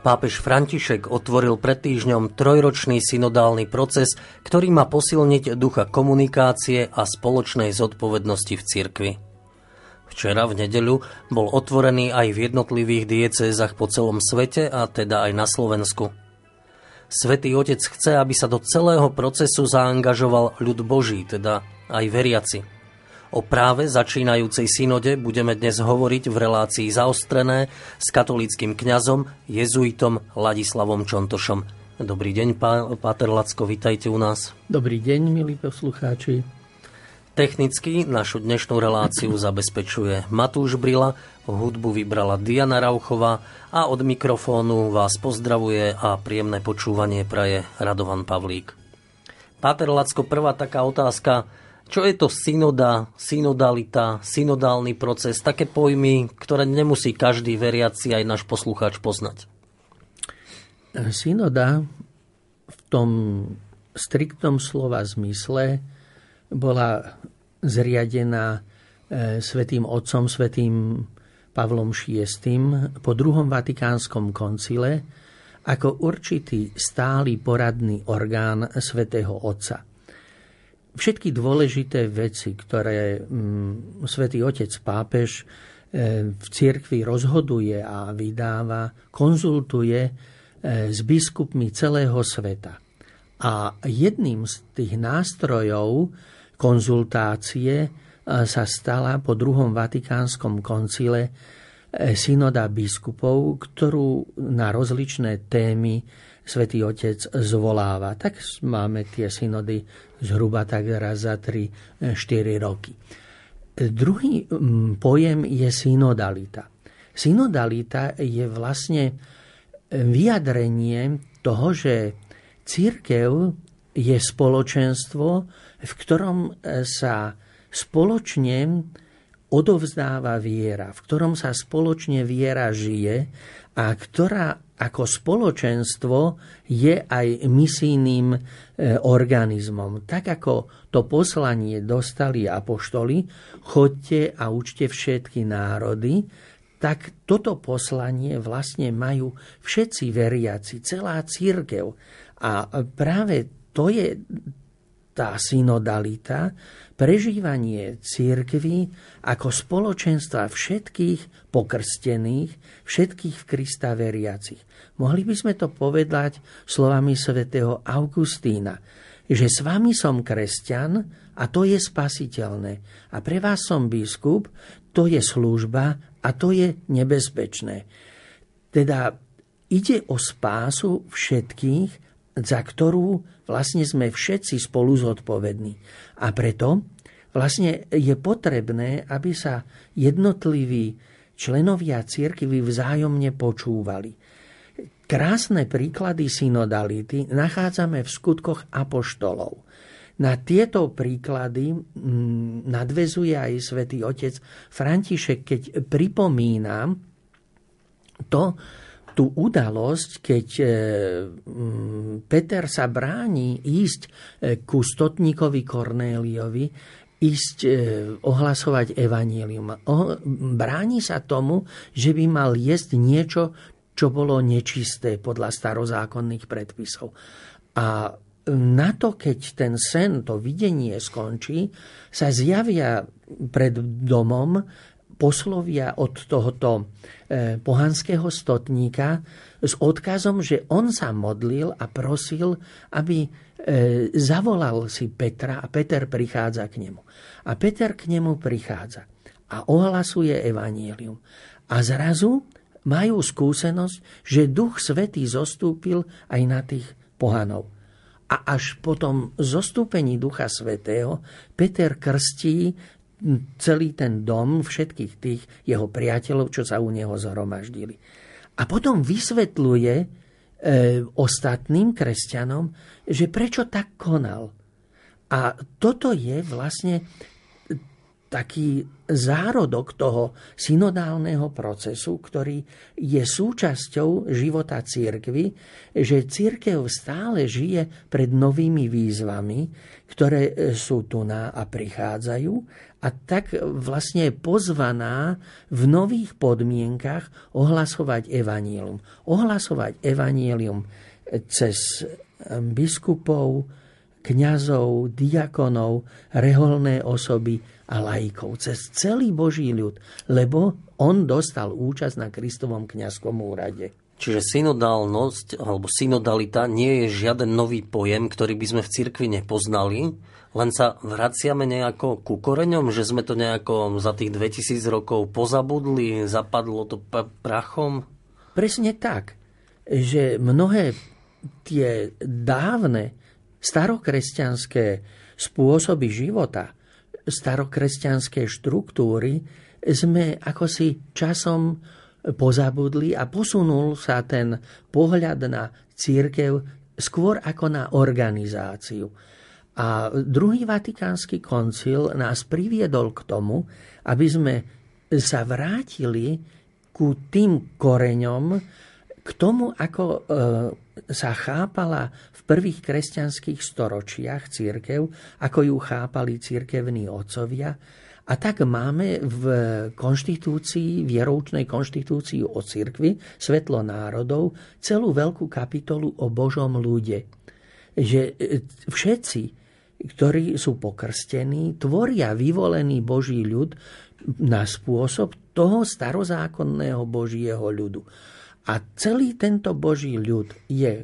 Pápež František otvoril pred týždňom trojročný synodálny proces, ktorý má posilniť ducha komunikácie a spoločnej zodpovednosti v cirkvi. Včera v nedeľu bol otvorený aj v jednotlivých diecézach po celom svete, a teda aj na Slovensku. Svätý Otec chce, aby sa do celého procesu zaangažoval ľud Boží, teda aj veriaci. O práve začínajúcej synode budeme dnes hovoriť v relácii Zaostrené s katolíckym kňazom, jezuitom Ladislavom Čontošom. Dobrý deň, páter Lacko, vitajte u nás. Dobrý deň, milí poslucháči. Technicky našu dnešnú reláciu zabezpečuje Matúš Brila, hudbu vybrala Diana Rauchová a od mikrofónu vás pozdravuje a príjemné počúvanie praje Radovan Pavlík. Páter Lacko, prvá taká otázka. Čo je to synoda, synodalita, synodálny proces? Také pojmy, ktoré nemusí každý veriaci aj náš poslucháč poznať. Synoda v tom striktnom slova zmysle bola zriadená svätým otcom, svätým Pavlom VI. Po druhom Vatikánskom koncile ako určitý stály poradný orgán svätého Otca. Všetky dôležité veci, ktoré svätý Otec pápež v cirkvi rozhoduje a vydáva, konzultuje s biskupmi celého sveta. A jedným z tých nástrojov konzultácie sa stala po druhom Vatikánskom koncile synoda biskupov, ktorú na rozličné témy svätý Otec zvoláva. Tak máme tie synody zhruba tak raz za 3-4 roky. Druhý pojem je synodalita. Synodalita je vlastne vyjadrenie toho, že cirkev je spoločenstvo, v ktorom sa spoločne odovzdáva viera, v ktorom sa spoločne viera žije a ktorá ako spoločenstvo je aj misijným organizmom. Tak ako to poslanie dostali apoštoli, choďte a učte všetky národy, tak toto poslanie vlastne majú všetci veriaci, celá cirkev. A práve to je tá synodalita, prežívanie cirkvi ako spoločenstva všetkých pokrstených, všetkých v Krista veriacich. Mohli by sme to povedať slovami svätého Augustína, že s vami som kresťan a to je spasiteľné. A pre vás som biskup, to je služba a to je nebezpečné. Teda ide o spásu všetkých, za ktorú vlastne sme všetci spolu zodpovední. A preto vlastne je potrebné, aby sa jednotliví členovia cirkvi vzájomne počúvali. Krásne príklady synodality nachádzame v skutkoch apoštolov. Na tieto príklady nadväzuje aj svätý Otec František, keď pripomína tú udalosť, keď Peter sa bráni ísť ku stotníkovi Kornéliovi, ísť ohlasovať evanjelium. Bráni sa tomu, že by mal jesť niečo, čo bolo nečisté podľa starozákonných predpisov. A na to, keď ten sen, to videnie skončí, sa zjavia pred domom, poslovia od tohoto pohanského stotníka s odkazom, že on sa modlil a prosil, aby zavolal si Petra a Peter prichádza k nemu. A Peter k nemu prichádza a ohlasuje evanjelium. A zrazu majú skúsenosť, že Duch Svätý zostúpil aj na tých pohanov. A až po tom zostúpení Ducha Svätého Peter krstí celý ten dom, všetkých tých jeho priateľov, čo sa u neho zhromaždili. A potom vysvetľuje ostatným kresťanom, že prečo tak konal. A toto je vlastne taký zárodok toho synodálneho procesu, ktorý je súčasťou života cirkvi, že cirkev stále žije pred novými výzvami, ktoré sú tu a prichádzajú, a tak vlastne je pozvaná v nových podmienkach ohlasovať evanjelium. Ohlasovať evanjelium cez biskupov, kňazov, diakonov, reholné osoby a laikov. Cez celý Boží ľud, lebo on dostal účasť na Kristovom kňazskom úrade. Čiže synodálnosť alebo synodalita nie je žiaden nový pojem, ktorý by sme v cirkvi nepoznali, len sa vraciame nejako ku koreňom, že sme to nejako za tých 2000 rokov pozabudli, zapadlo to prachom? Presne tak, že mnohé tie dávne starokresťanské spôsoby života, starokresťanské štruktúry sme akosi časom pozabudli a posunul sa ten pohľad na cirkev skôr ako na organizáciu. A druhý Vatikánsky koncil nás priviedol k tomu, aby sme sa vrátili ku tým koreňom, k tomu, ako sa chápala v prvých kresťanských storočiach cirkev, ako ju chápali cirkevní otcovia. A tak máme v konštitúcii, vieroučnej konštitúcii o cirkvi, Svetlo národov, celú veľkú kapitolu o Božom ľude. Že všetci, ktorí sú pokrstení, tvoria vyvolený Boží ľud na spôsob toho starozákonného Božieho ľudu. A celý tento Boží ľud je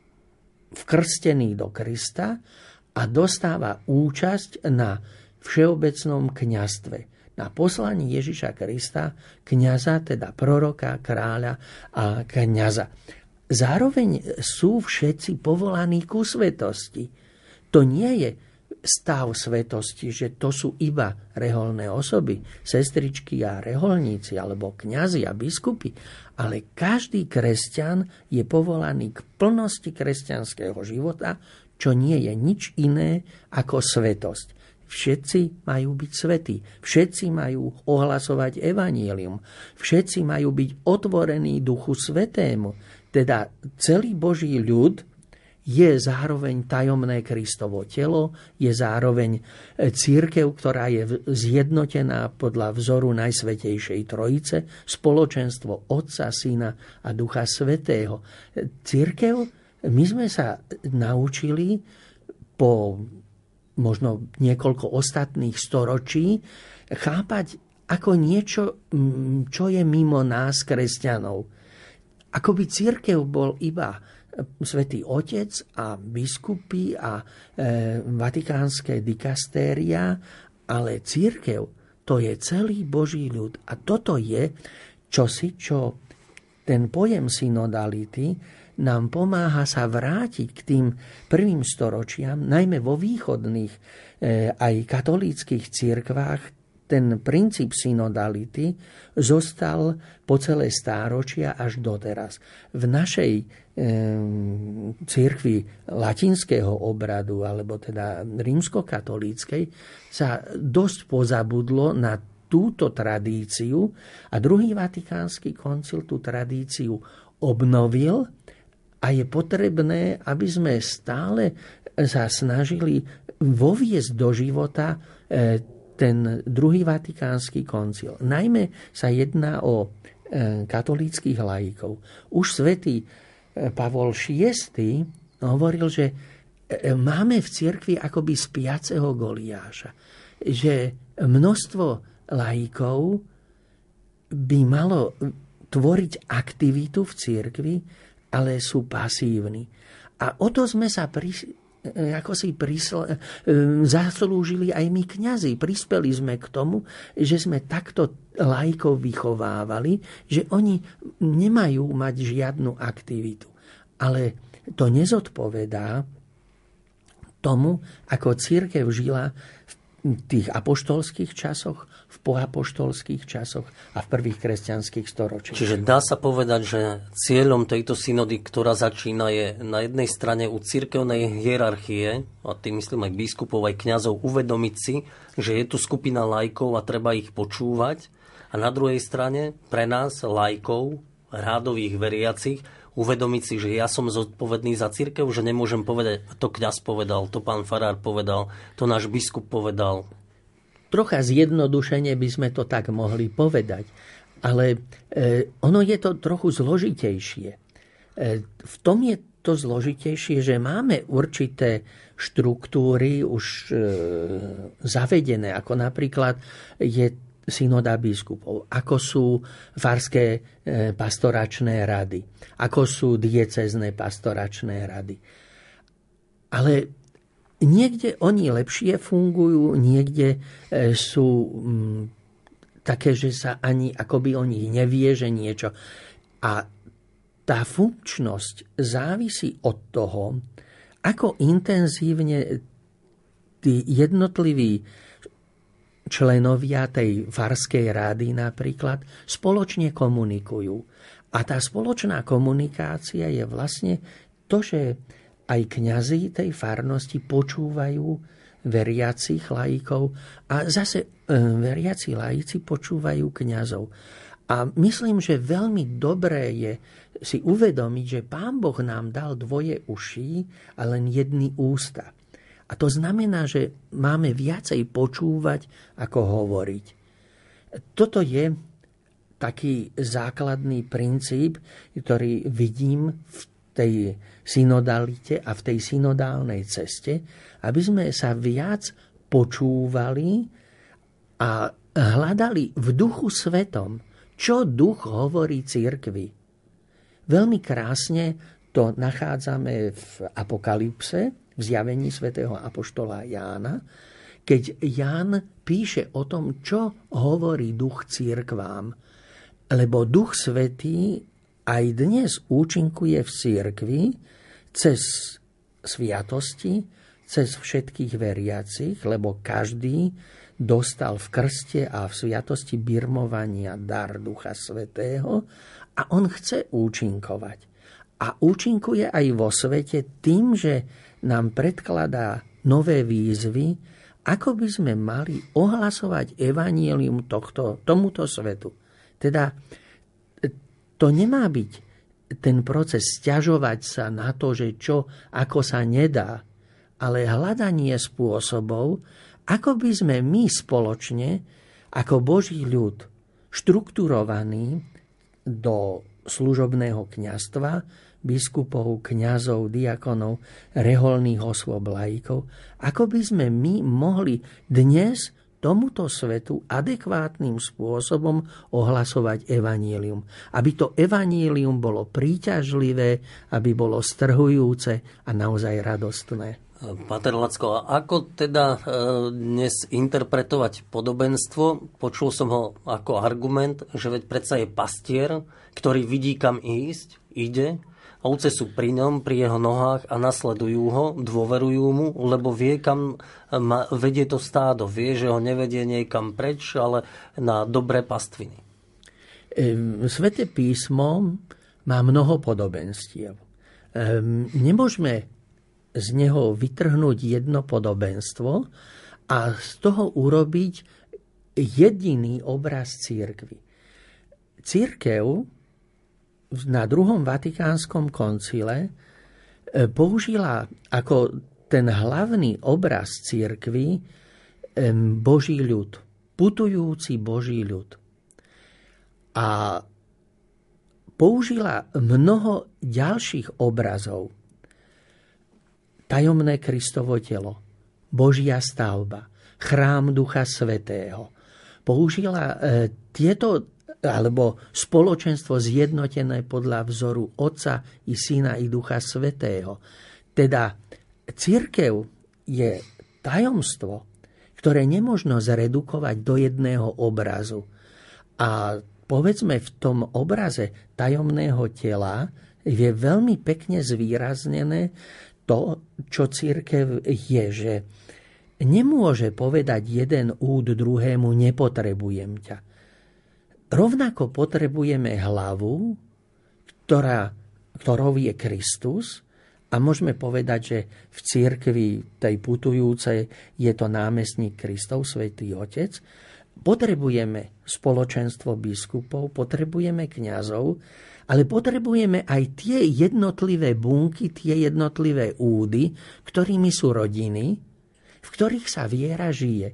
vkrstený do Krista a dostáva účasť na všeobecnom kňazstve, na poslaní Ježiša Krista, kňaza, teda proroka, kráľa a kňaza. Zároveň sú všetci povolaní ku svetosti. To nie je stav svetosti, že to sú iba reholné osoby, sestričky a reholníci, alebo kňazi a biskupy, ale každý kresťan je povolaný k plnosti kresťanského života, čo nie je nič iné ako svetosť. Všetci majú byť svätí, všetci majú ohlasovať evanjelium, všetci majú byť otvorení Duchu Svätému. Teda celý Boží ľud je zároveň tajomné Kristovo telo, je zároveň cirkev, ktorá je zjednotená podľa vzoru Najsvätejšej Trojice, spoločenstvo Otca, Syna a Ducha Svätého. Cirkev, my sme sa naučili po možno niekoľko ostatných storočí chápať ako niečo, čo je mimo nás, kresťanov. Ako by cirkev bol iba Svätý Otec a biskupy a vatikánske dikastéria, ale cirkev to je celý Boží ľud. A toto je čosi, čo ten pojem synodality nám pomáha sa vrátiť k tým prvým storočiam, najmä vo východných aj katolíckych cirkvách. Ten princíp synodality zostal po celé stáročia až doteraz. V našej cirkvi latinského obradu, alebo teda rímskokatolíckej, sa dosť pozabudlo na túto tradíciu a druhý Vatikánsky koncil tú tradíciu obnovil. A je potrebné, aby sme stále sa snažili voviesť do života ten druhý Vatikánsky koncil. Najmä sa jedná o katolíckych laikov. Už svätý Pavol VI hovoril, že máme v cirkvi akoby spiaceho Goliáša. Že množstvo laikov by malo tvoriť aktivitu v cirkvi, ale sú pasívni. A o to sme sa zaslúžili aj my kňazi. Prispeli sme k tomu, že sme takto laikov vychovávali, že oni nemajú mať žiadnu aktivitu. Ale to nezodpovedá tomu, ako cirkev žila v tých apoštolských časoch, v poapoštolských časoch a v prvých kresťanských storočiach. Čiže dá sa povedať, že cieľom tejto synody, ktorá začína, je na jednej strane u cirkevnej hierarchie, a tým myslím aj biskupov, aj kňazov, uvedomiť si, že je tu skupina laikov a treba ich počúvať. A na druhej strane pre nás, laikov, rádových veriacich, uvedomiť si, že ja som zodpovedný za cirkev, že nemôžem povedať, to kňaz povedal, to pán farár povedal, to náš biskup povedal. trocha zjednodušene by sme to tak mohli povedať. Ale ono je to trochu zložitejšie. V tom je to zložitejšie, že máme určité štruktúry už zavedené, ako napríklad je synoda biskupov, ako sú farské pastoračné rady, ako sú diecézne pastoračné rady. Ale niekde oni lepšie fungujú, niekde sú také, že sa ani akoby o nich nevie, že niečo. A tá funkčnosť závisí od toho, ako intenzívne tí jednotliví členovia tej farskej rady napríklad spoločne komunikujú. A tá spoločná komunikácia je vlastne to, že aj kňazi tej farnosti počúvajú veriacich laikov a zase veriaci laici počúvajú kňazov. A myslím, že veľmi dobré je si uvedomiť, že Pán Boh nám dal dvoje uší a len jedny ústa. A to znamená, že máme viacej počúvať, ako hovoriť. Toto je taký základný princíp, ktorý vidím v tej synodalite a v tej synodálnej ceste, aby sme sa viac počúvali a hľadali v Duchu Svetom, čo Duch hovorí cirkvi. Veľmi krásne to nachádzame v Apokalypse, v zjavení svätého apoštola Jána, keď Ján píše o tom, čo hovorí Duch cirkvám. Lebo Duch Svätý aj dnes účinkuje v cirkvi cez sviatosti, cez všetkých veriacich, lebo každý dostal v krste a v sviatosti birmovania dar Ducha Svätého a on chce účinkovať. A účinkuje aj vo svete tým, že nám predkladá nové výzvy, ako by sme mali ohlasovať evanjelium tomuto svetu. Teda to nemá byť ten proces sťažovať sa na to, že čo, ako sa nedá, ale hľadanie spôsobov, ako by sme my spoločne, ako Boží ľud, štrukturovaní do služobného kňazstva, biskupov, kňazov, diakonov, reholných osôb, laikov, ako by sme my mohli dnes tomuto svetu adekvátnym spôsobom ohlasovať evanjelium. Aby to evanjelium bolo príťažlivé, aby bolo strhujúce a naozaj radostné. Páter Lacko, ako teda dnes interpretovať podobenstvo? Počul som ho ako argument, že veď predsa je pastier, ktorý vidí, kam ísť, ide. Ovce sú pri ňom, pri jeho nohách a nasledujú ho, dôverujú mu, lebo vie, kam vedie to stádo. Vie, že ho nevedie niekam preč, ale na dobré pastviny. Sväté písmo má mnoho podobenstiev. Nemôžeme z neho vytrhnúť jedno podobenstvo a z toho urobiť jediný obraz cirkvi. Cirkev na druhom Vatikánskom koncile použila ako ten hlavný obraz cirkvi Boží ľud, putujúci Boží ľud. A použila mnoho ďalších obrazov. Tajomné Kristovo telo, Božia stavba, chrám Ducha Svätého. Použila tieto alebo spoločenstvo zjednotené podľa vzoru Otca i Syna i Ducha Svätého. Teda cirkev je tajomstvo, ktoré nemožno zredukovať do jedného obrazu. A povedzme v tom obraze tajomného tela je veľmi pekne zvýraznené to, čo cirkev je, že nemôže povedať jeden úd druhému nepotrebujem ťa. Rovnako potrebujeme hlavu, ktorou je Kristus, a môžeme povedať, že v cirkvi tej putujúcej je to námestník Kristov, Svätý Otec. Potrebujeme spoločenstvo biskupov, potrebujeme kňazov, ale potrebujeme aj tie jednotlivé bunky, tie jednotlivé údy, ktorými sú rodiny, v ktorých sa viera žije.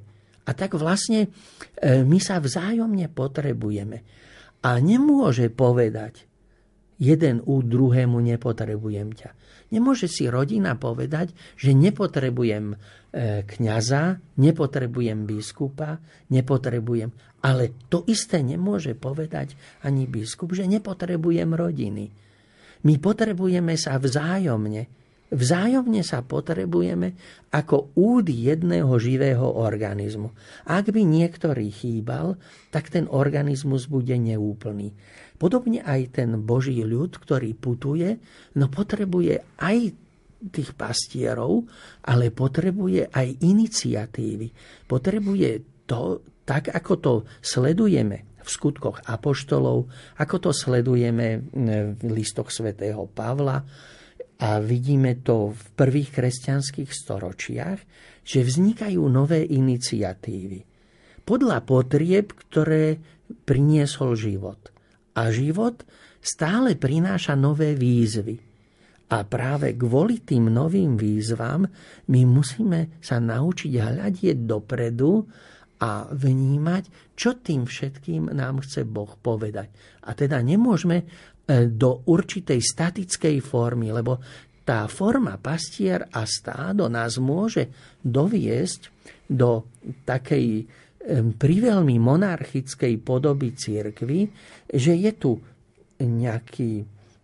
A tak vlastne my sa vzájomne potrebujeme. A nemôže povedať jeden druhému nepotrebujem ťa. Nemôže si rodina povedať, že nepotrebujem kňaza, nepotrebujem biskupa, nepotrebujem. Ale to isté nemôže povedať ani biskup, že nepotrebujem rodiny. My potrebujeme sa vzájomne. Vzájomne sa potrebujeme ako úd jedného živého organizmu. Ak by niektorý chýbal, tak ten organizmus bude neúplný. Podobne aj ten Boží ľud, ktorý putuje, no potrebuje aj tých pastierov, ale potrebuje aj iniciatívy. Potrebuje to, tak ako to sledujeme v skutkoch apoštolov, ako to sledujeme v listoch svätého Pavla, a vidíme to v prvých kresťanských storočiach, že vznikajú nové iniciatívy podľa potrieb, ktoré priniesol život. A život stále prináša nové výzvy. A práve kvôli tým novým výzvam my musíme sa naučiť hľadieť dopredu a vnímať, čo tým všetkým nám chce Boh povedať. A teda nemôžeme do určitej statickej formy, lebo tá forma pastier a stádo nás môže doviesť do takej priveľmi monarchickej podoby cirkvi, že je tu nejaký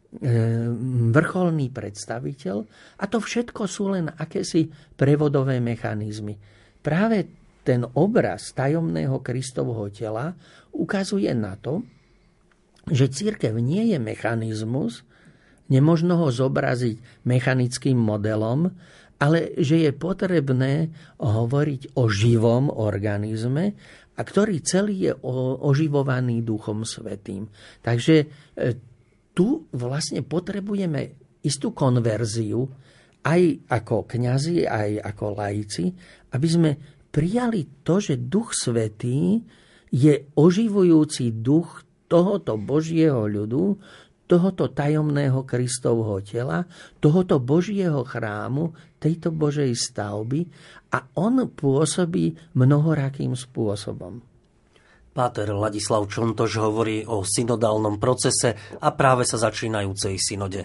vrcholný predstaviteľ a to všetko sú len akési prevodové mechanizmy. Práve ten obraz tajomného Kristovho tela ukazuje na to, že cirkev nie je mechanizmus, nemožno ho zobraziť mechanickým modelom, ale že je potrebné hovoriť o živom organizme, a ktorý celý je oživovaný Duchom Svätým. Takže tu vlastne potrebujeme istú konverziu, aj ako kňazi, aj ako laici, aby sme prijali to, že Duch Svätý je oživujúci duch tohoto Božieho ľudu, tohoto tajomného Kristovho tela, tohoto Božieho chrámu, tejto Božej stavby a on pôsobí mnohorakým spôsobom. Páter Ladislav Čontoš hovorí o synodálnom procese a práve sa začínajúcej synode.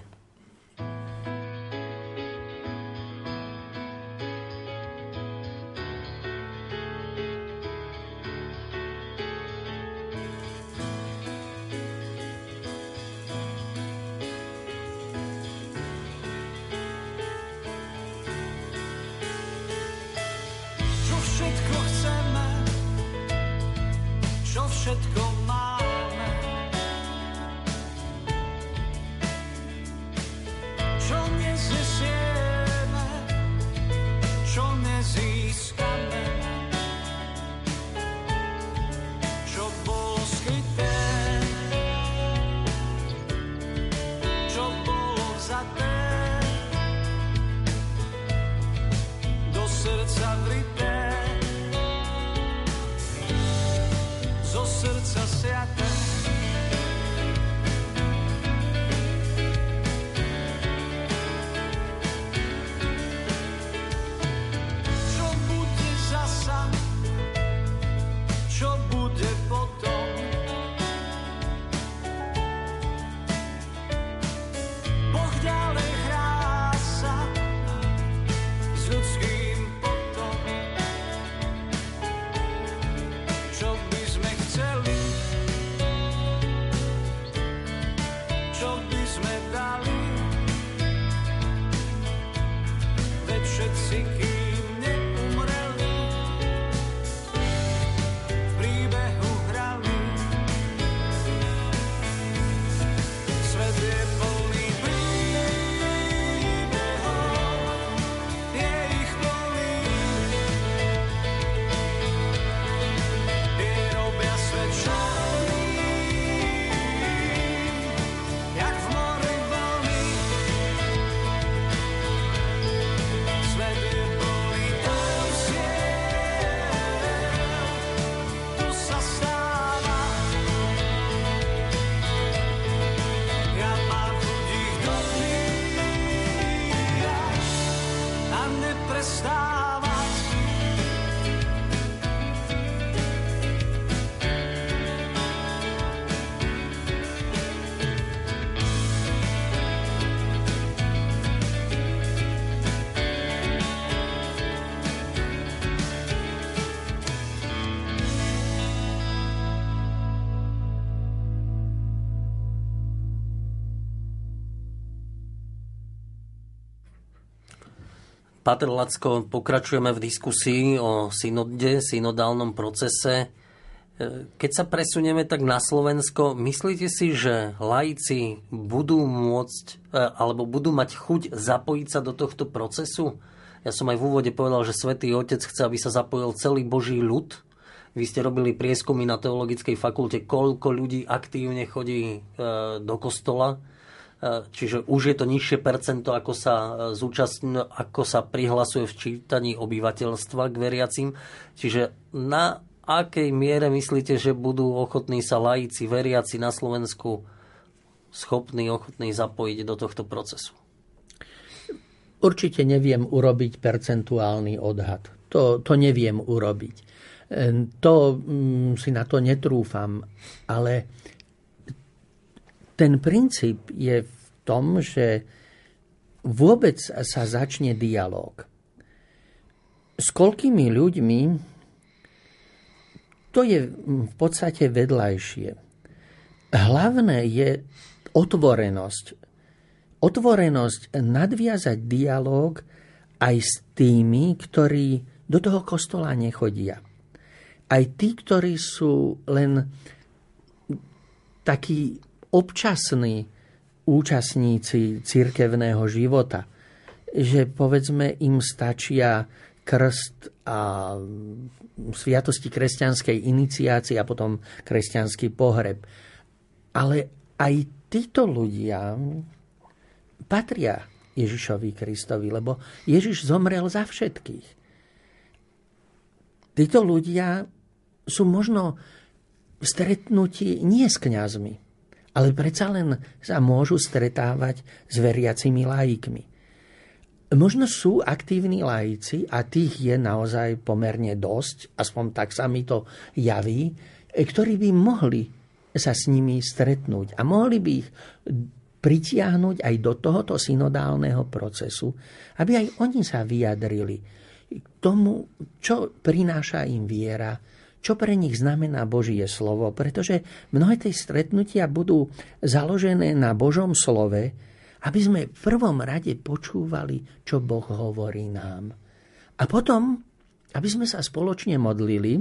Páter Lacko, pokračujeme v diskusii o synode, synodálnom procese. Keď sa presunieme tak na Slovensko, myslíte si, že laici budú môcť alebo budú mať chuť zapojiť sa do tohto procesu? Ja som aj v úvode povedal, že Svätý Otec chce, aby sa zapojil celý Boží ľud. Vy ste robili prieskumy na Teologickej fakulte, koľko ľudí aktívne chodí do kostola. Čiže už je to nižšie percento, ako sa prihlasuje v čítaní obyvateľstva k veriacim. Čiže na akej miere myslíte, že budú ochotní sa laici, veriaci na Slovensku ochotní zapojiť do tohto procesu? Určite neviem urobiť percentuálny odhad. To neviem urobiť. Si na to netrúfam. Ale ten princíp je v tom, že vôbec sa začne dialóg. S koľkými ľuďmi, to je v podstate vedľajšie. Hlavné je otvorenosť. Otvorenosť nadviazať dialóg aj s tými, ktorí do toho kostola nechodia. Aj tí, ktorí sú len takí občasní účastníci cirkevného života. Že povedzme im stačia krst a sviatosti kresťanskej iniciácie a potom kresťanský pohreb. Ale aj títo ľudia patria Ježišovi Kristovi, lebo Ježiš zomrel za všetkých. Títo ľudia sú možno v stretnutí nie s kňazmi, ale predsa len sa môžu stretávať s veriacimi laikmi. Možno sú aktívni laici, a tých je naozaj pomerne dosť, aspoň tak sa mi to javí, ktorí by mohli sa s nimi stretnúť a mohli by ich pritiahnuť aj do tohoto synodálneho procesu, aby aj oni sa vyjadrili k tomu, čo prináša im viera, čo pre nich znamená Božie slovo, pretože mnohé tie stretnutia budú založené na Božom slove, aby sme v prvom rade počúvali, čo Boh hovorí nám. A potom, aby sme sa spoločne modlili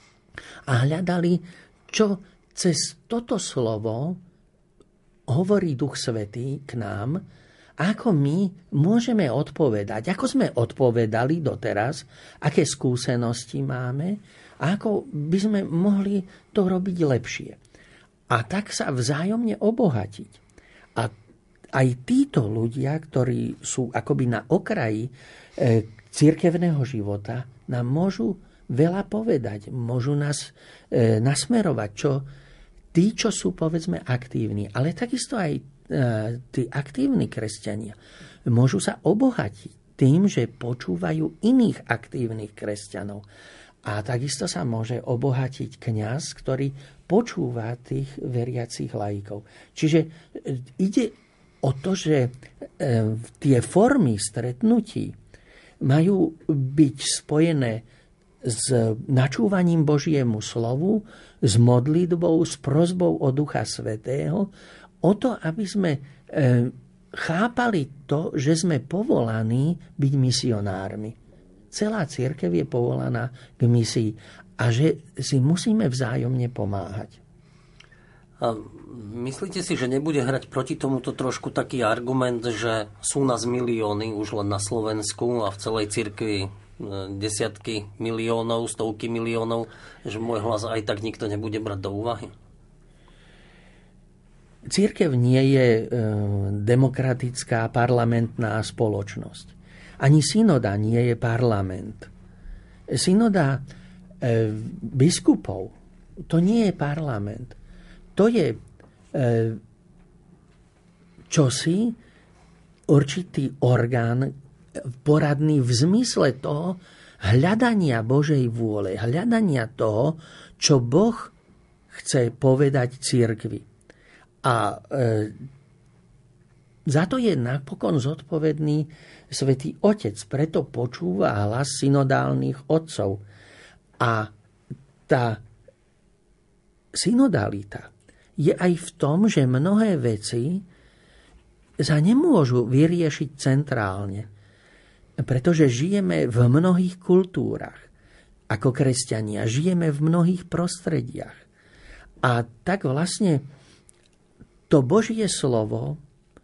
a hľadali, čo cez toto slovo hovorí Duch Svätý k nám, ako my môžeme odpovedať, ako sme odpovedali doteraz, aké skúsenosti máme a ako by sme mohli to robiť lepšie. A tak sa vzájomne obohatiť. A aj títo ľudia, ktorí sú akoby na okraji cirkevného života, nám môžu veľa povedať, môžu nás nasmerovať, tí, čo sú povedzme aktívni, ale takisto aj tí aktívni kresťania môžu sa obohatiť tým, že počúvajú iných aktívnych kresťanov. A takisto sa môže obohatiť kňaz, ktorý počúva tých veriacich laikov. Čiže ide o to, že tie formy stretnutí majú byť spojené s načúvaním Božiemu slovu, s modlitbou, s prosbou o Ducha Svätého, o to, aby sme chápali to, že sme povolaní byť misionármi. Celá cirkev je povolaná k misii a že si musíme vzájomne pomáhať. A myslíte si, že nebude hrať proti tomuto trošku taký argument, že sú nás milióny už len na Slovensku a v celej cirkvi desiatky miliónov, stovky miliónov, že môj hlas aj tak nikto nebude brať do úvahy? Cirkev nie je demokratická parlamentná spoločnosť. Ani synoda nie je parlament. Synoda biskupov, to nie je parlament. To je čosi, určitý orgán poradný v zmysle toho hľadania Božej vôle, hľadania toho, čo Boh chce povedať cirkvi. A za to je napokon zodpovedný Svätý Otec, preto počúva hlas synodálnych otcov. A tá synodalita je aj v tom, že mnohé veci sa nemôžu vyriešiť centrálne. Pretože žijeme v mnohých kultúrach. Ako kresťania žijeme v mnohých prostrediach. A tak vlastne to Božie slovo,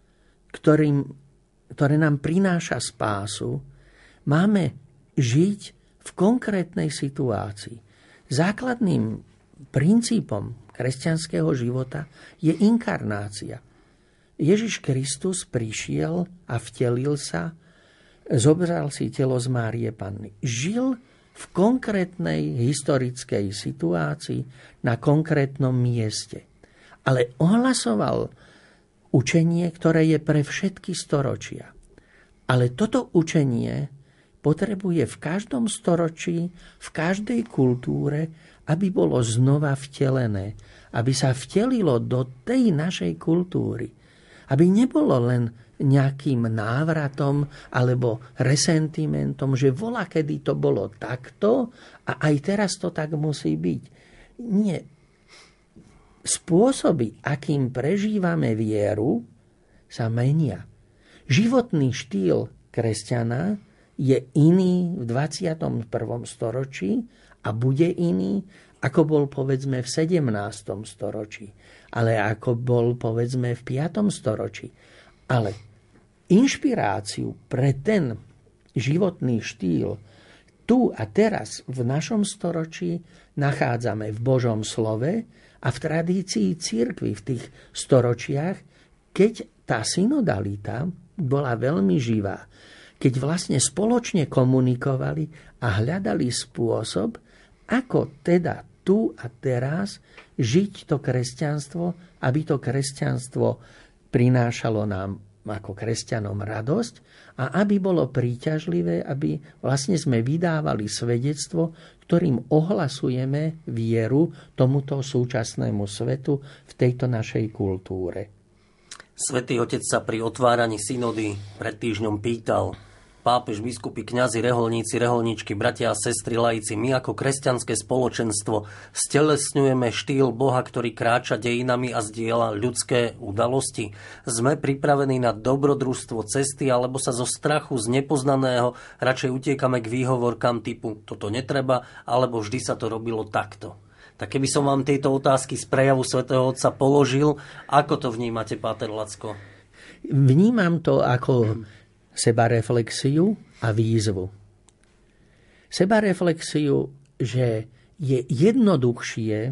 ktoré nám prináša spásu, máme žiť v konkrétnej situácii. Základným princípom kresťanského života je inkarnácia. Ježiš Kristus prišiel a vtelil sa, zobral si telo z Márie Panny. Žil v konkrétnej historickej situácii na konkrétnom mieste. Ale ohlasoval učenie, ktoré je pre všetky storočia. Ale toto učenie potrebuje v každom storočí, v každej kultúre, aby bolo znova vtelené, aby sa vtelilo do tej našej kultúry. Aby nebolo len nejakým návratom alebo resentimentom, že voľakedy to bolo takto a aj teraz to tak musí byť. Nie. Spôsoby, akým prežívame vieru, sa menia. Životný štýl kresťana je iný v 21. storočí a bude iný, ako bol povedzme v 17. storočí, ale ako bol povedzme v 5. storočí. Ale inšpiráciu pre ten životný štýl tu a teraz v našom storočí nachádzame v Božom slove a v tradícii cirkvi v tých storočiach, keď tá synodalita bola veľmi živá, keď vlastne spoločne komunikovali a hľadali spôsob, ako teda tu a teraz žiť to kresťanstvo, aby to kresťanstvo prinášalo nám ako kresťanom radosť a aby bolo príťažlivé, aby vlastne sme vydávali svedectvo, ktorým ohlasujeme vieru tomuto súčasnému svetu v tejto našej kultúre. Svätý Otec sa pri otváraní synody pred týždňom pýtal: pápež, biskupy, kňazi, reholníci, reholníčky, bratia a sestry, laici, my ako kresťanské spoločenstvo stelesňujeme štýl Boha, ktorý kráča dejinami a zdieľa ľudské udalosti. Sme pripravení na dobrodružstvo cesty, alebo sa zo strachu z nepoznaného radšej utiekame k výhovorkám typu toto netreba, alebo vždy sa to robilo takto. Tak keby som vám tieto otázky z prejavu svätého Otca položil, ako to vnímate, páter Lacko? Vnímam to ako sebareflexiu a výzvu. Sebareflexiu, že je jednoduchšie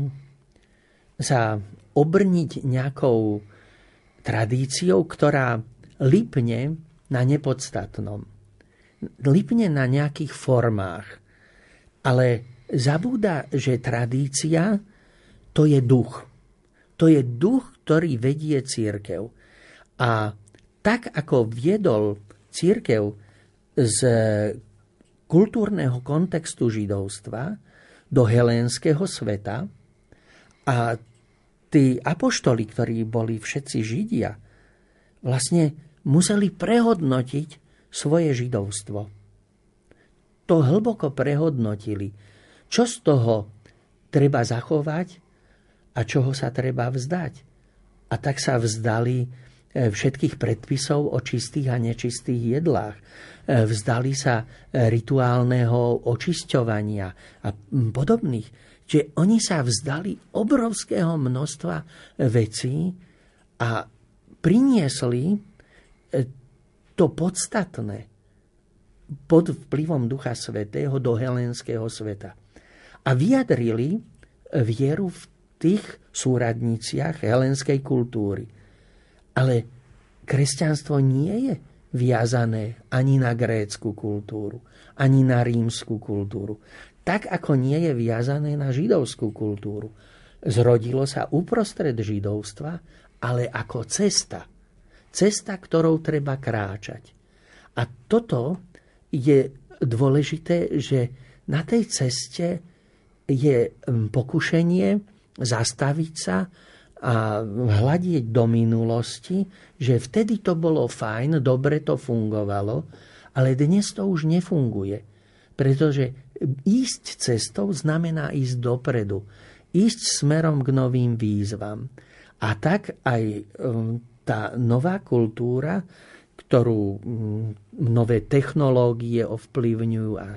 sa obrniť nejakou tradíciou, ktorá lipne na nepodstatnom. Lipne na nejakých formách. Ale zabúda, že tradícia to je duch. To je duch, ktorý vedie cirkev. A tak, ako viedol cirkev z kultúrneho kontextu židovstva do helénskeho sveta a tí apoštoli, ktorí boli všetci Židia, vlastne museli prehodnotiť svoje židovstvo. To hlboko prehodnotili. Čo z toho treba zachovať a čoho sa treba vzdať. A tak sa vzdali všetkých predpisov o čistých a nečistých jedlách. Vzdali sa rituálneho očisťovania a podobných. Čiže oni sa vzdali obrovského množstva vecí a priniesli to podstatné pod vplyvom Ducha Svätého do helénskeho sveta. A vyjadrili vieru v tých súradniciach helénskej kultúry. Ale kresťanstvo nie je viazané ani na grécku kultúru, ani na rímsku kultúru. Tak, ako nie je viazané na židovskú kultúru. Zrodilo sa uprostred židovstva, ale ako cesta. Cesta, ktorou treba kráčať. A toto je dôležité, že na tej ceste je pokušenie zastaviť sa a hľadieť do minulosti, že vtedy to bolo fajn, dobre to fungovalo, ale dnes to už nefunguje. Pretože ísť cestou znamená ísť dopredu, ísť smerom k novým výzvam. A tak aj tá nová kultúra, ktorú nové technológie ovplyvňujú a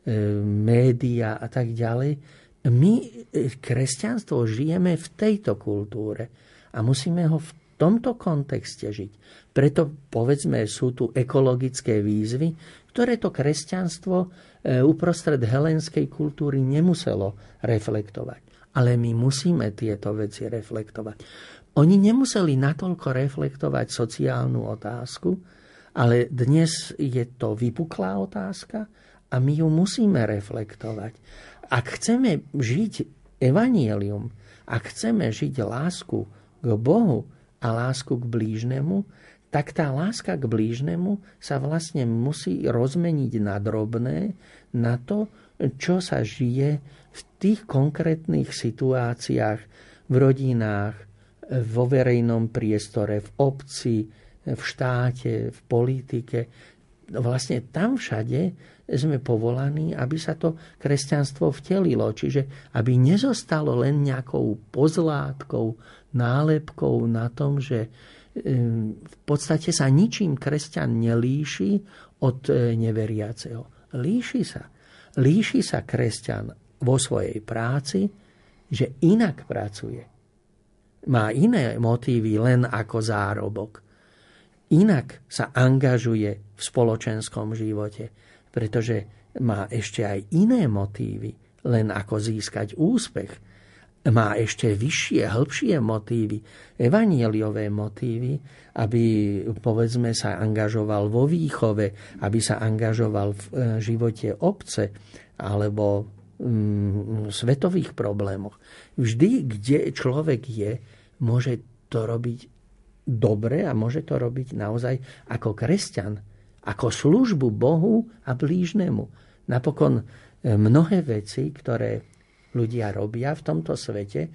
média a tak ďalej. My, kresťanstvo, žijeme v tejto kultúre a musíme ho v tomto kontexte žiť. Preto, povedzme, sú tu ekologické výzvy, ktoré to kresťanstvo uprostred helénskej kultúry nemuselo reflektovať. Ale my musíme tieto veci reflektovať. Oni nemuseli natoľko reflektovať sociálnu otázku, ale dnes je to vypuklá otázka a my ju musíme reflektovať. Ak chceme žiť evanjelium, ak chceme žiť lásku k Bohu a lásku k blížnemu, tak tá láska k blížnemu sa vlastne musí rozmeniť na drobné, na to, čo sa žije v tých konkrétnych situáciách, v rodinách, vo verejnom priestore, v obci, v štáte, v politike. Vlastne tam všade sme povolaní, aby sa to kresťanstvo vtelilo. Čiže aby nezostalo len nejakou pozlátkou, nálepkou na tom, že v podstate sa ničím kresťan nelíši od neveriaceho. Líši sa kresťan vo svojej práci, že inak pracuje. Má iné motívy len ako zárobok. Inak sa angažuje v spoločenskom živote, pretože má ešte aj iné motívy, len ako získať úspech. Má ešte vyššie, hĺbšie motívy, evanjeliové motívy, aby, povedzme, sa angažoval vo výchove, aby sa angažoval v živote obce alebo svetových problémoch. Vždy, kde človek je, môže to robiť dobre a môže to robiť naozaj ako kresťan, ako službu Bohu a blížnemu. Napokon mnohé veci, ktoré ľudia robia v tomto svete,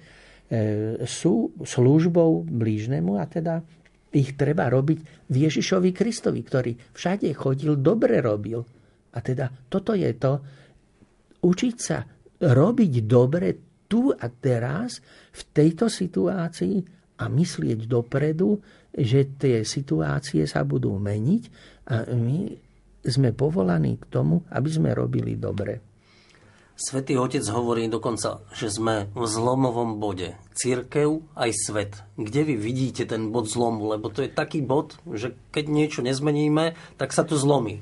sú službou blížnemu a teda ich treba robiť v Ježišovi Kristovi, ktorý všade chodil, dobre robil. A teda toto je to, učiť sa robiť dobre tu a teraz v tejto situácii a myslieť dopredu, že tie situácie sa budú meniť a my sme povolaní k tomu, aby sme robili dobre. Svätý Otec hovorí dokonca, že sme v zlomovom bode. Cirkev aj svet. Kde vy vidíte ten bod zlomu? Lebo to je taký bod, že keď niečo nezmeníme, tak sa to zlomí.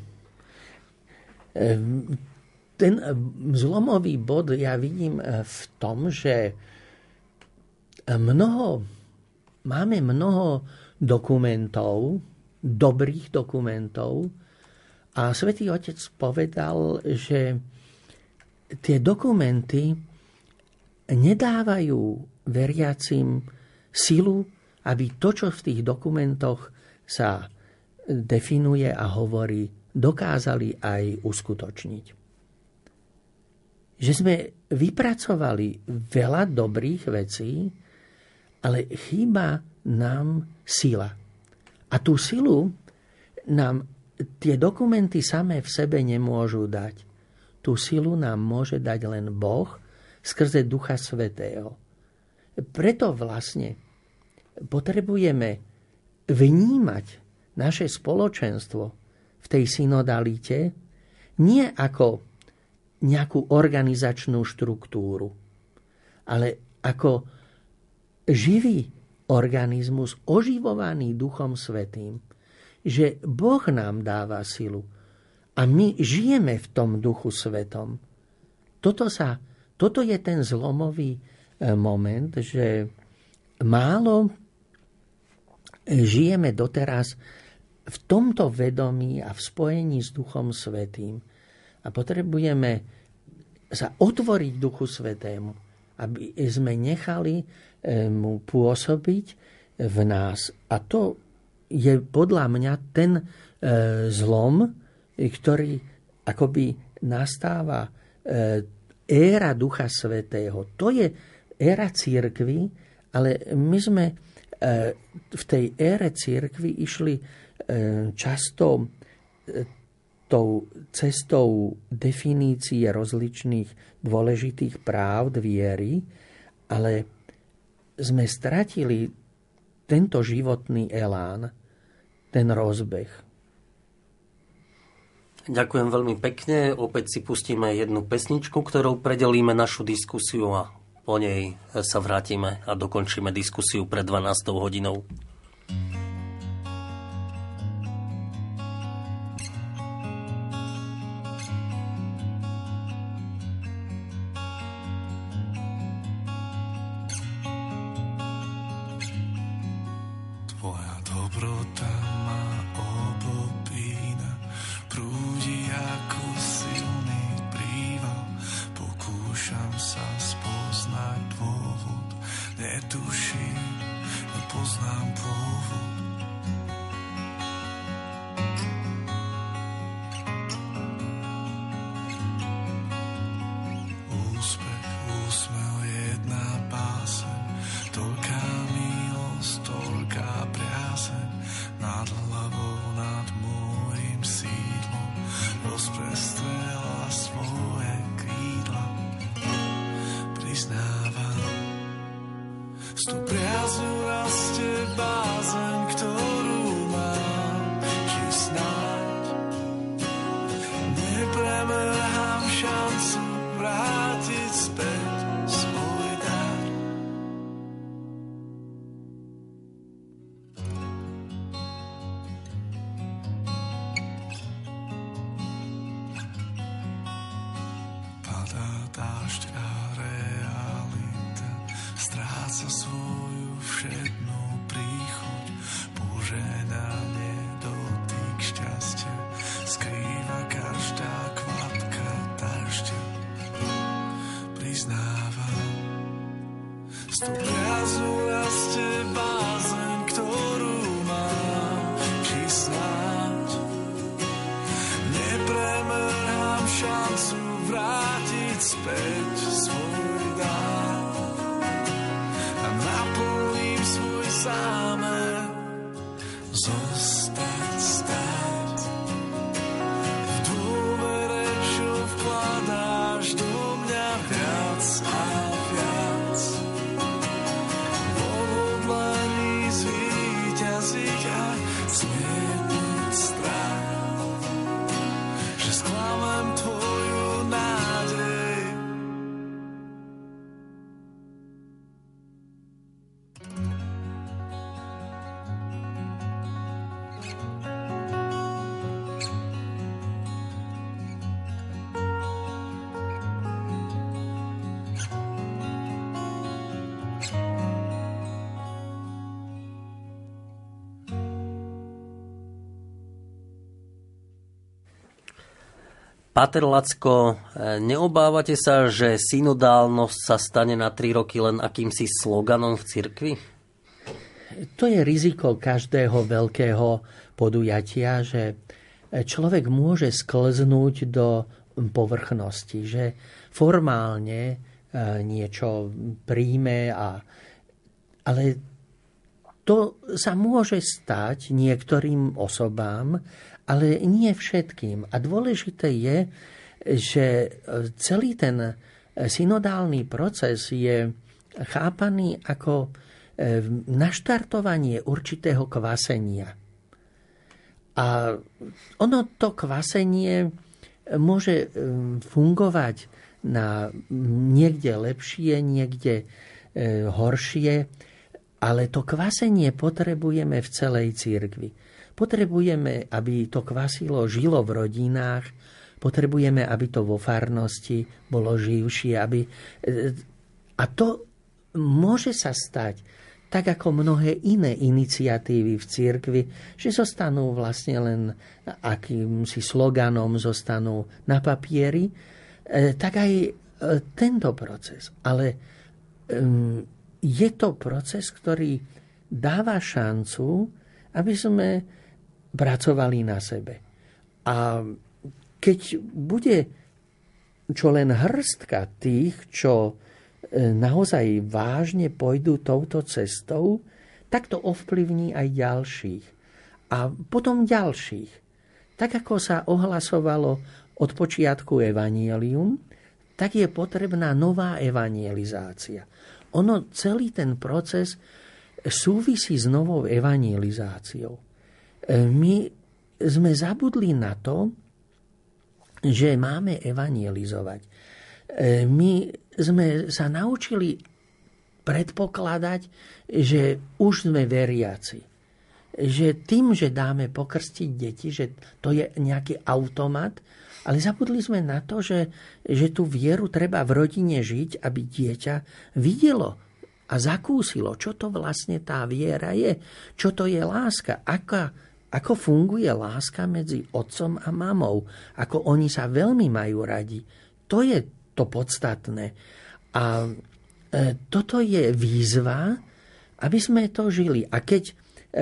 Ten zlomový bod ja vidím v tom, že máme mnoho dokumentov, dobrých dokumentov a Svätý Otec povedal, že tie dokumenty nedávajú veriacim silu, aby to, čo v tých dokumentoch sa definuje a hovorí, dokázali aj uskutočniť. Že sme vypracovali veľa dobrých vecí, ale chýba nám sila. A tú silu nám tie dokumenty samé v sebe nemôžu dať. Tú silu nám môže dať len Boh skrze Ducha Svätého. Preto vlastne potrebujeme vnímať naše spoločenstvo v tej synodalite nie ako nejakú organizačnú štruktúru, ale ako živý organizmus oživovaný Duchom Svätým, že Boh nám dáva silu a my žijeme v tom Duchu Svetom. Toto je ten zlomový moment, že málo žijeme doteraz v tomto vedomí a v spojení s Duchom Svätým. A potrebujeme sa otvoriť Duchu Svätému, aby sme nechali mu pôsobiť v nás. A to je podľa mňa ten zlom, ktorý akoby nastáva éra Ducha Svätého. To je éra cirkvi, ale my sme v tej ére cirkvi išli často tou cestou definície rozličných dôležitých práv viery, ale sme stratili tento životný elán, ten rozbeh. Ďakujem veľmi pekne. Opäť si pustíme jednu pesničku, ktorou predelíme našu diskusiu a po nej sa vrátime a dokončíme diskusiu pred 12. hodinou. Tvoja dobrota ma obopína, prúdi ako silný príval. Pokúšam sa spoznať dôvod, netuším, nepoznám pôvod. Úspech, úsmev, jedna báseň, toľká milosť, toľká priazeň, nad hlavou, nad môjim sídlom, rozprestrela svoje krídla. Priznávam, s tou priazňou rastie bázeň, ktorú mám, či snáď nepremrhám šancu vrátiť späť svoj dar. Padá dážď a realita stráca svoju všednú príchuť. Požehnanie, dotyk šťastia skrýva každá kvapka dažďa. Priznávam, s tou priazňou rastie bázeň, ktorú mám, či snáď nepremrhám šancu vrátiť späť svoj dar a naplním svoj zámer zostať stáť v dôvere, čo vkladáš do mňa viac a viac. Vo odhodlaní zvíťaziť a zmietnúť strach, že sklamem tvoju nádej. Páter Lacko, neobávate sa, že synodálnosť sa stane na 3 roky len akýmsi sloganom v cirkvi? To je riziko každého veľkého podujatia, že človek môže sklznúť do povrchnosti, že formálne niečo príjme, ale to sa môže stať niektorým osobám, ale nie všetkým. A dôležité je, že celý ten synodálny proces je chápaný ako naštartovanie určitého kvasenia. A ono to kvasenie môže fungovať na niekde lepšie, niekde horšie, ale to kvasenie potrebujeme v celej cirkvi. Potrebujeme, aby to kvasilo žilo v rodinách, potrebujeme, aby to vo farnosti bolo živšie. A to môže sa stať, tak ako mnohé iné iniciatívy v cirkvi, že zostanú vlastne len akýmsi sloganom, zostanú na papieri, tak aj tento proces. Ale je to proces, ktorý dáva šancu, aby sme pracovali na sebe. A keď bude čo len hrstka tých, čo naozaj vážne pôjdu touto cestou, tak to ovplyvní aj ďalších. A potom ďalších. Tak ako sa ohlasovalo od počiatku evanjelium, tak je potrebná nová evangelizácia. Celý ten proces súvisí s novou evangelizáciou. My sme zabudli na to, že máme evangelizovať. My sme sa naučili predpokladať, že už sme veriaci. Že tým, že dáme pokrstiť deti, že to je nejaký automat, ale zabudli sme na to, že tú vieru treba v rodine žiť, aby dieťa videlo a zakúsilo, čo to vlastne tá viera je, čo to je láska, ako funguje láska medzi otcom a mamou, ako oni sa veľmi majú radi. To je to podstatné. A toto je výzva, aby sme to žili. A keď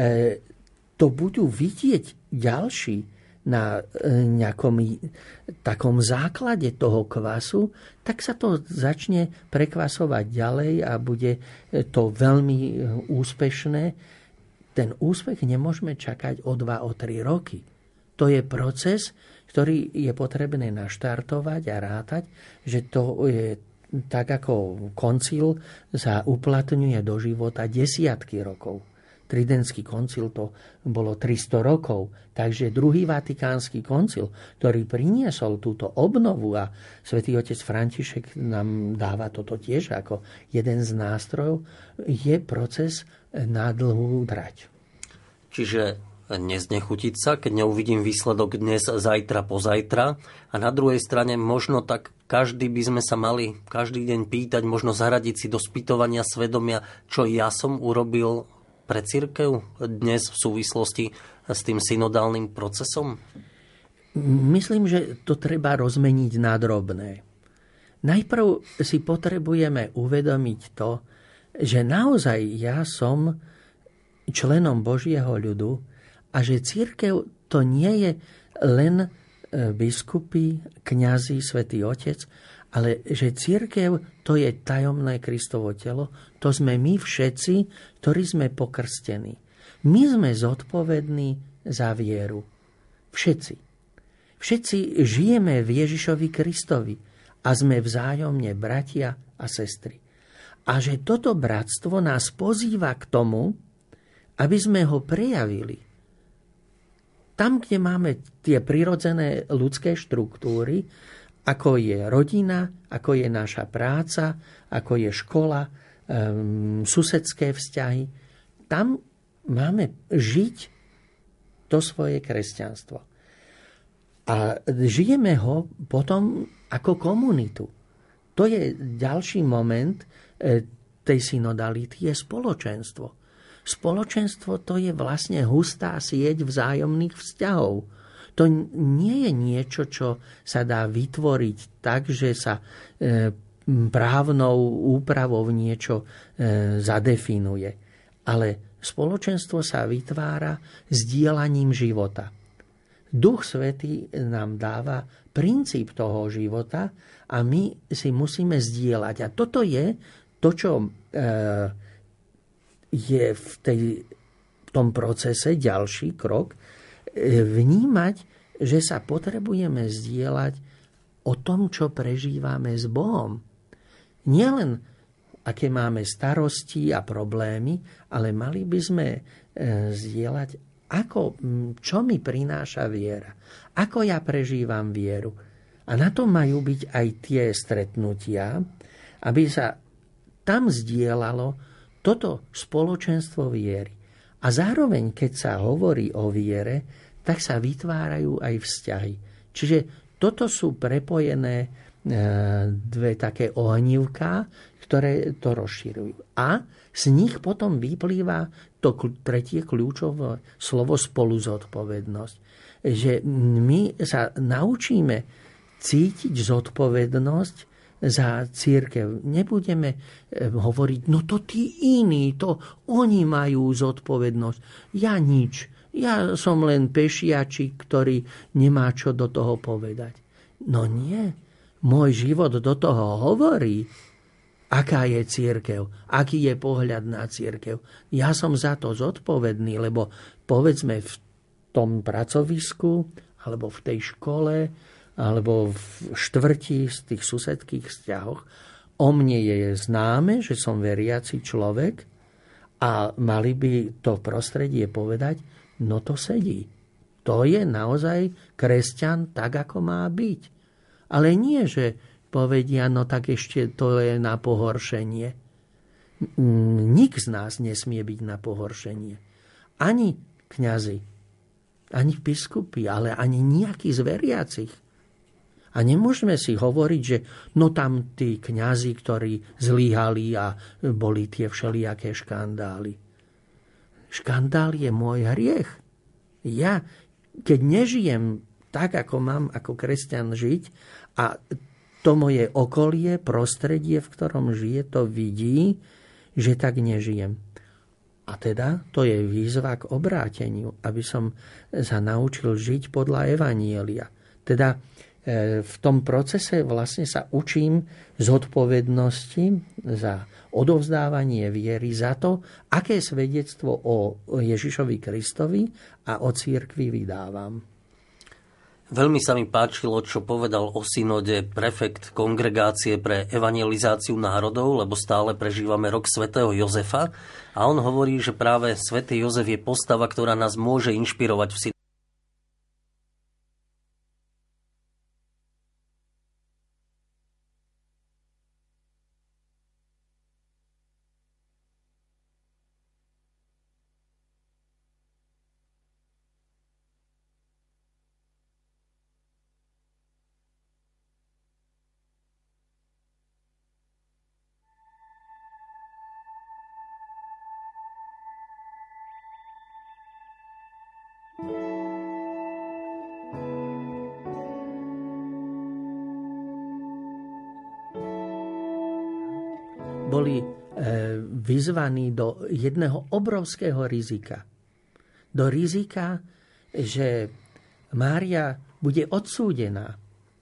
to budú vidieť ďalší na nejakom takom základe toho kvasu, tak sa to začne prekvasovať ďalej a bude to veľmi úspešné. Ten úspech nemôžeme čakať o 2, o 3 roky. To je proces, ktorý je potrebné naštartovať a rátať, že to je tak ako koncil sa uplatňuje do života desiatky rokov. Tridentský koncil to bolo 300 rokov. Takže druhý vatikánsky koncil, ktorý priniesol túto obnovu, a svätý otec František nám dáva toto tiež ako jeden z nástrojov, je proces na dlhú trať. Čiže neznechutiť sa, keď neuvidím výsledok dnes, zajtra, pozajtra. A na druhej strane možno tak každý by sme sa mali každý deň pýtať, možno zaradiť si do spýtovania svedomia, čo ja som urobil pre cirkev dnes v súvislosti s tým synodálnym procesom? Myslím, že to treba rozmeniť na drobné. Najprv si potrebujeme uvedomiť to, že naozaj ja som členom Božieho ľudu a že cirkev to nie je len biskupy, kňazi, svätý otec, ale že cirkev to je tajomné Kristovo telo, to sme my všetci, ktorí sme pokrstení. My sme zodpovední za vieru. Všetci. Všetci žijeme v Ježišovi Kristovi a sme vzájomne bratia a sestry. A že toto bratstvo nás pozýva k tomu, aby sme ho prejavili. Tam, kde máme tie prirodzené ľudské štruktúry, ako je rodina, ako je naša práca, ako je škola, susedské vzťahy, tam máme žiť to svoje kresťanstvo. A žijeme ho potom ako komunitu. To je ďalší moment tej synodality, je spoločenstvo. Spoločenstvo to je vlastne hustá sieť vzájomných vzťahov. To nie je niečo, čo sa dá vytvoriť tak, že sa právnou úpravou niečo zadefinuje. Ale spoločenstvo sa vytvára zdieľaním života. Duch Svätý nám dáva princíp toho života a my si musíme zdieľať. A toto je to, čo je v tom procese ďalší krok, vnímať, že sa potrebujeme zdieľať o tom, čo prežívame s Bohom. Nielen, aké máme starosti a problémy, ale mali by sme zdieľať, čo mi prináša viera. Ako ja prežívam vieru. A na to majú byť aj tie stretnutia, aby sa tam zdieľalo toto spoločenstvo viery. A zároveň, keď sa hovorí o viere, tak sa vytvárajú aj vzťahy. Čiže toto sú prepojené dve také ohnívka, ktoré to rozširujú. A z nich potom vyplýva to tretie kľúčové slovo spoluzodpovednosť. Že my sa naučíme cítiť zodpovednosť za cirkev. Nebudeme hovoriť, no to tí iní, to oni majú zodpovednosť. Ja nič. Ja som len pešiačik, ktorý nemá čo do toho povedať. No nie. Môj život do toho hovorí, aká je cirkev, aký je pohľad na cirkev. Ja som za to zodpovedný, lebo povedzme v tom pracovisku, alebo v tej škole, alebo v štvrti z tých susedských vzťahoch, o mne je známe, že som veriaci človek a mali by to prostredie povedať, no to sedí. to je naozaj kresťan tak, ako má byť. Ale nie, že povedia, no tak ešte to je na pohoršenie. Nik z nás nesmie byť na pohoršenie. Ani kňazi, ani biskupy, ale ani nejakí z veriacich. A nemôžeme si hovoriť, že no tam tí kňazi, ktorí zlyhali a boli tie všelijaké škandály. Škandál je môj hriech. Ja, keď nežijem tak, ako mám ako kresťan žiť a to moje okolie, prostredie, v ktorom žije, to vidí, že tak nežijem. A teda to je výzva k obráteniu, aby som sa naučil žiť podľa evanielia. Teda v tom procese vlastne sa učím zodpovednosti za odovzdávanie viery, za to, aké svedectvo o Ježišovi Kristovi a o cirkvi vydávam. Veľmi sa mi páčilo, čo povedal o synode prefekt Kongregácie pre evangelizáciu národov, lebo stále prežívame rok svätého Jozefa. A on hovorí, že práve svätý Jozef je postava, ktorá nás môže inšpirovať v synode. Boli vyzvaní do jedného obrovského rizika. Do rizika, že Mária bude odsúdená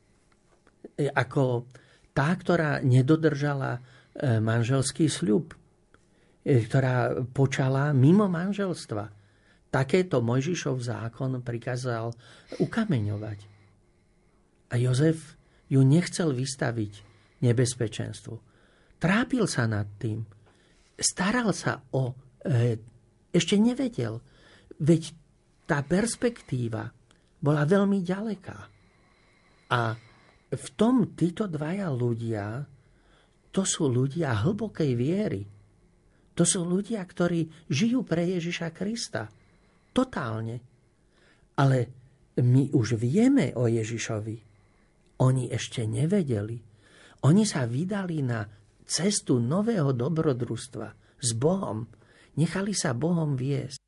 ako tá, ktorá nedodržala manželský sľub, ktorá počala mimo manželstva. Takéto Mojžišov zákon prikázal ukameňovať. A Jozef ju nechcel vystaviť nebezpečenstvu. Trápil sa nad tým. Staral sa o... ešte nevedel. Veď tá perspektíva bola veľmi ďaleká. A v tom títo dvaja ľudia, to sú ľudia hlbokej viery. To sú ľudia, ktorí žijú pre Ježiša Krista. Totálne. Ale my už vieme o Ježišovi. Oni ešte nevedeli. Oni sa vydali na cestu nového dobrodružstva s Bohom. Nechali sa Bohom viesť.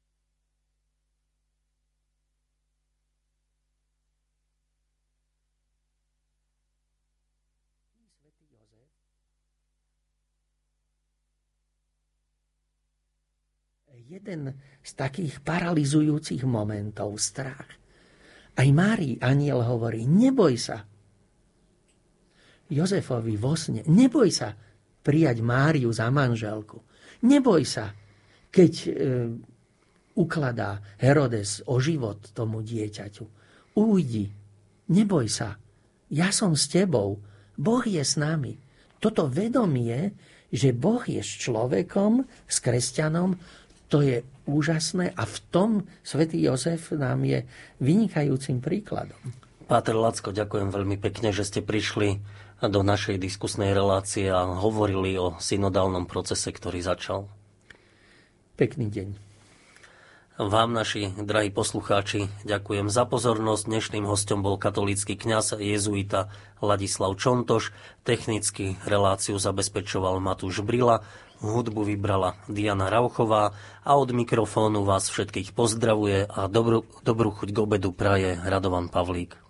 Jeden z takých paralizujúcich momentov, strach. Aj Márii anjel hovorí, neboj sa. Jozefovi vo sne, neboj sa prijať Máriu za manželku. Neboj sa, keď ukladá Herodes o život tomu dieťaťu. Ujdi, neboj sa, ja som s tebou, Boh je s nami. Toto vedomie, že Boh je s človekom, s kresťanom, to je úžasné a v tom svätý Jozef nám je vynikajúcim príkladom. Páter Lacko, ďakujem veľmi pekne, že ste prišli do našej diskusnej relácie a hovorili o synodálnom procese, ktorý začal. Pekný deň. Vám, naši drahí poslucháči, ďakujem za pozornosť. Dnešným hostom bol katolícky kňaz jezuita Ladislav Čontoš. Technicky reláciu zabezpečoval Matúš Brila, hudbu vybrala Diana Rauchová a od mikrofónu vás všetkých pozdravuje a dobrú chuť k obedu praje Radovan Pavlík.